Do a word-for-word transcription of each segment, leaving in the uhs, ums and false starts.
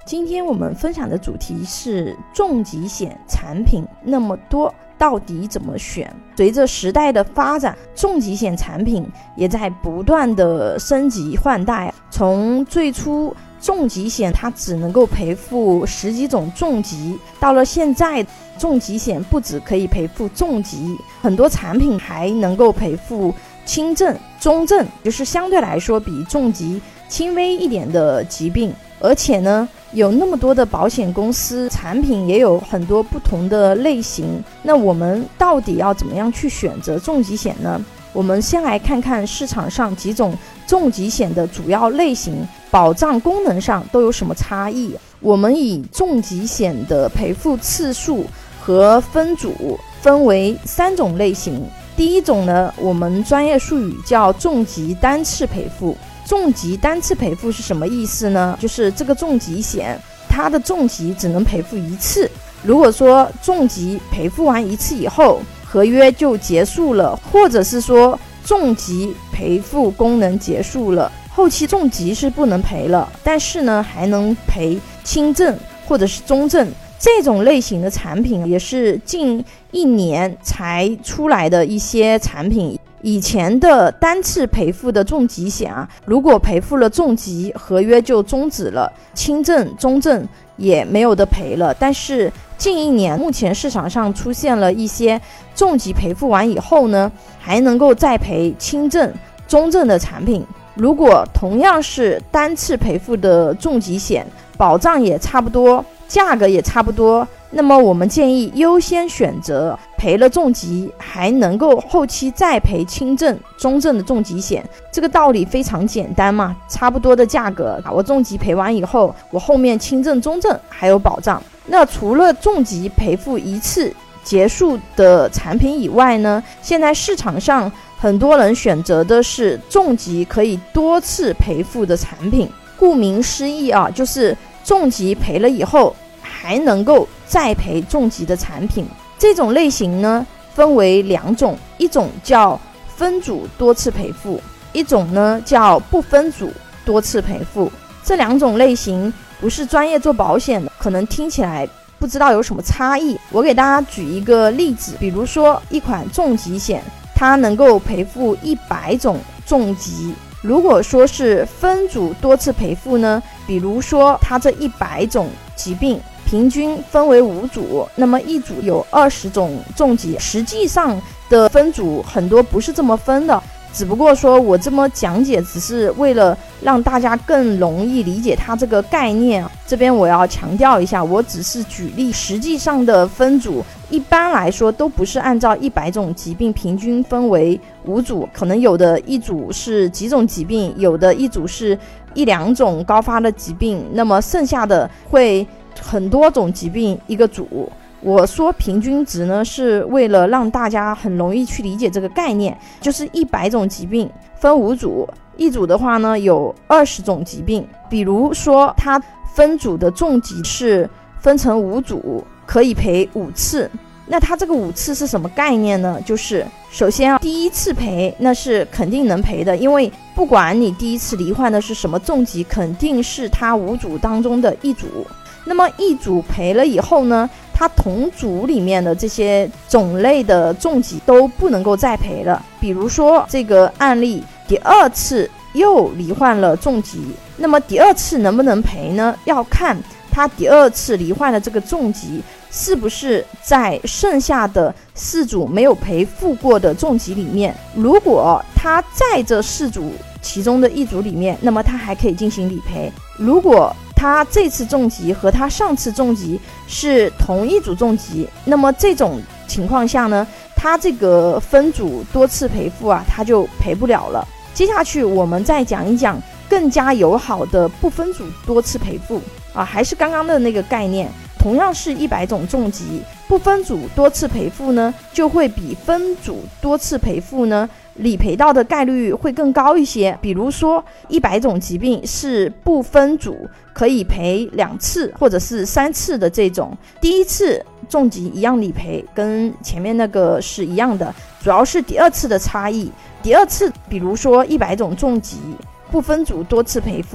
今天我们分享的主题是重疾险产品那么多，到底怎么选？随着时代的发展，重疾险产品也在不断的升级换代。从最初重疾险它只能够赔付十几种重疾，到了现在重疾险不只可以赔付重疾，很多产品还能够赔付轻症、中症，就是相对来说比重疾轻微一点的疾病。而且呢，有那么多的保险公司，产品也有很多不同的类型，那我们到底要怎么样去选择重疾险呢？我们先来看看市场上几种重疾险的主要类型，保障功能上都有什么差异。我们以重疾险的赔付次数和分组分为三种类型。第一种呢，我们专业术语叫重疾单次赔付。重疾单次赔付是什么意思呢？就是这个重疾险它的重疾只能赔付一次，如果说重疾赔付完一次以后合约就结束了，或者是说重疾赔付功能结束了，后期重疾是不能赔了，但是呢还能赔轻症或者是中症。这种类型的产品也是近一年才出来的一些产品。以前的单次赔付的重疾险啊，如果赔付了重疾，合约就终止了，轻症、中症也没有得赔了。但是近一年，目前市场上出现了一些重疾赔付完以后呢，还能够再赔轻症、中症的产品。如果同样是单次赔付的重疾险，保障也差不多，价格也差不多，那么我们建议优先选择赔了重疾还能够后期再赔轻症、中症的重疾险。这个道理非常简单嘛，差不多的价格，我重疾赔完以后，我后面轻症、中症还有保障。那除了重疾赔付一次结束的产品以外呢，现在市场上很多人选择的是重疾可以多次赔付的产品。顾名思义啊，就是重疾赔了以后还能够再赔重疾的产品。这种类型呢分为两种，一种叫分组多次赔付，一种呢叫不分组多次赔付。这两种类型不是专业做保险的，可能听起来不知道有什么差异。我给大家举一个例子，比如说一款重疾险，它能够赔付一百种重疾。如果说是分组多次赔付呢，比如说它这一百种疾病平均分为五组，那么一组有二十种重疾。实际上的分组很多不是这么分的，只不过说我这么讲解只是为了让大家更容易理解它这个概念。这边我要强调一下，我只是举例，实际上的分组一般来说都不是按照一百种疾病平均分为五组，可能有的一组是几种疾病，有的一组是一两种高发的疾病，那么剩下的会很多种疾病一个组。我说平均值呢，是为了让大家很容易去理解这个概念，就是一百种疾病分五组，一组的话呢有二十种疾病。比如说它分组的重疾是分成五组，可以赔五次。那它这个五次是什么概念呢？就是首先啊，第一次赔那是肯定能赔的，因为不管你第一次罹患的是什么重疾，肯定是它五组当中的一组。那么一组赔了以后呢，它同组里面的这些种类的重疾都不能够再赔了。比如说这个案例第二次又罹患了重疾，那么第二次能不能赔呢？要看他第二次罹患的这个重疾是不是在剩下的四组没有赔付过的重疾里面。如果他在这四组其中的一组里面，那么他还可以进行理赔。如果他这次重疾和他上次重疾是同一组重疾，那么这种情况下呢，他这个分组多次赔付啊，他就赔不了了。接下去我们再讲一讲更加友好的不分组多次赔付啊，还是刚刚的那个概念，同样是一百种重疾，不分组多次赔付呢，就会比分组多次赔付呢理赔到的概率会更高一些。比如说一百种疾病是不分组可以赔两次或者是三次的这种，第一次重疾一样理赔，跟前面那个是一样的，主要是第二次的差异。第二次比如说一百种重疾不分组多次赔付，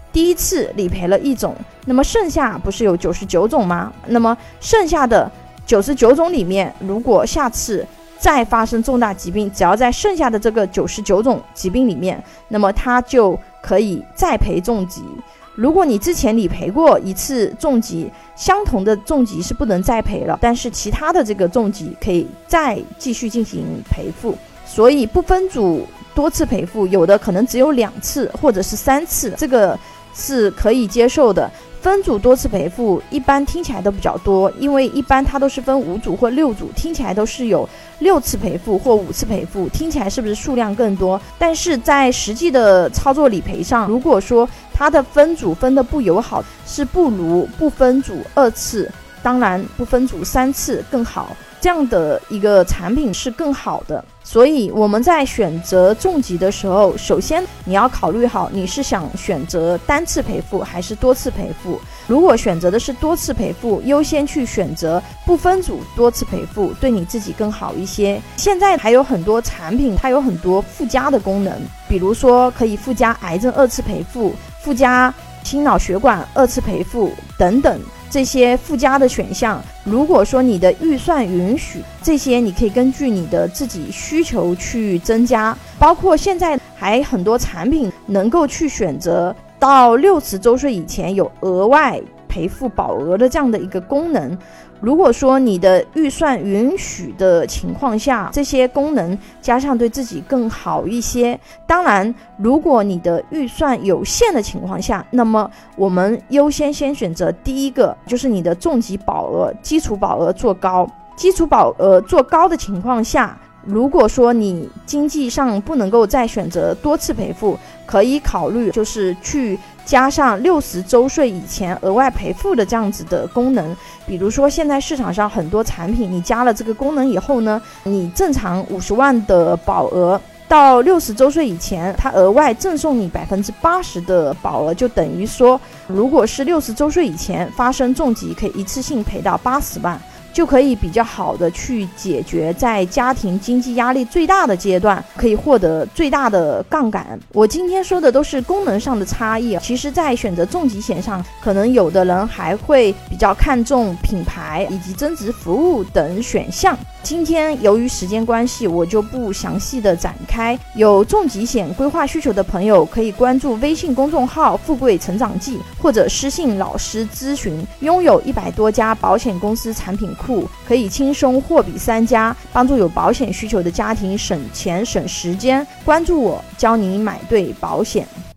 第一次理赔了一种，那么剩下不是有九十九种吗？那么剩下的九十九种里面，如果下次再发生重大疾病，只要在剩下的这个九十九种疾病里面，那么它就可以再赔重疾。如果你之前理赔过一次重疾，相同的重疾是不能再赔了，但是其他的这个重疾可以再继续进行赔付。所以不分组多次赔付，有的可能只有两次或者是三次，这个是可以接受的。分组多次赔付一般听起来都比较多，因为一般它都是分五组或六组，听起来都是有六次赔付或五次赔付，听起来是不是数量更多？但是在实际的操作理赔上，如果说它的分组分的不友好，是不如不分组二次，当然不分组三次更好，这样的一个产品是更好的。所以我们在选择重疾的时候，首先你要考虑好你是想选择单次赔付还是多次赔付。如果选择的是多次赔付，优先去选择不分组多次赔付，对你自己更好一些。现在还有很多产品它有很多附加的功能，比如说可以附加癌症二次赔付，附加心脑血管二次赔付等等，这些附加的选项，如果说你的预算允许，这些你可以根据你的自己需求去增加。包括现在还很多产品能够去选择到六十周岁以前有额外赔付保额的这样的一个功能。如果说你的预算允许的情况下，这些功能加上对自己更好一些。当然如果你的预算有限的情况下，那么我们优先先选择第一个，就是你的重疾保额基础保额做高。基础保额做高的情况下，如果说你经济上不能够再选择多次赔付，可以考虑就是去加上六十周岁以前额外赔付的这样子的功能。比如说现在市场上很多产品，你加了这个功能以后呢，你正常五十万的保额，到六十周岁以前，它额外赠送你百分之八十的保额，就等于说，如果是六十周岁以前发生重疾，可以一次性赔到八十万。就可以比较好的去解决在家庭经济压力最大的阶段，可以获得最大的杠杆。我今天说的都是功能上的差异，其实在选择重疾险上，可能有的人还会比较看重品牌以及增值服务等选项。今天由于时间关系，我就不详细的展开。有重疾险规划需求的朋友，可以关注微信公众号富贵成长记，或者私信老师咨询。拥有一百多家保险公司产品库，可以轻松货比三家，帮助有保险需求的家庭省钱省时间。关注我，教你买对保险。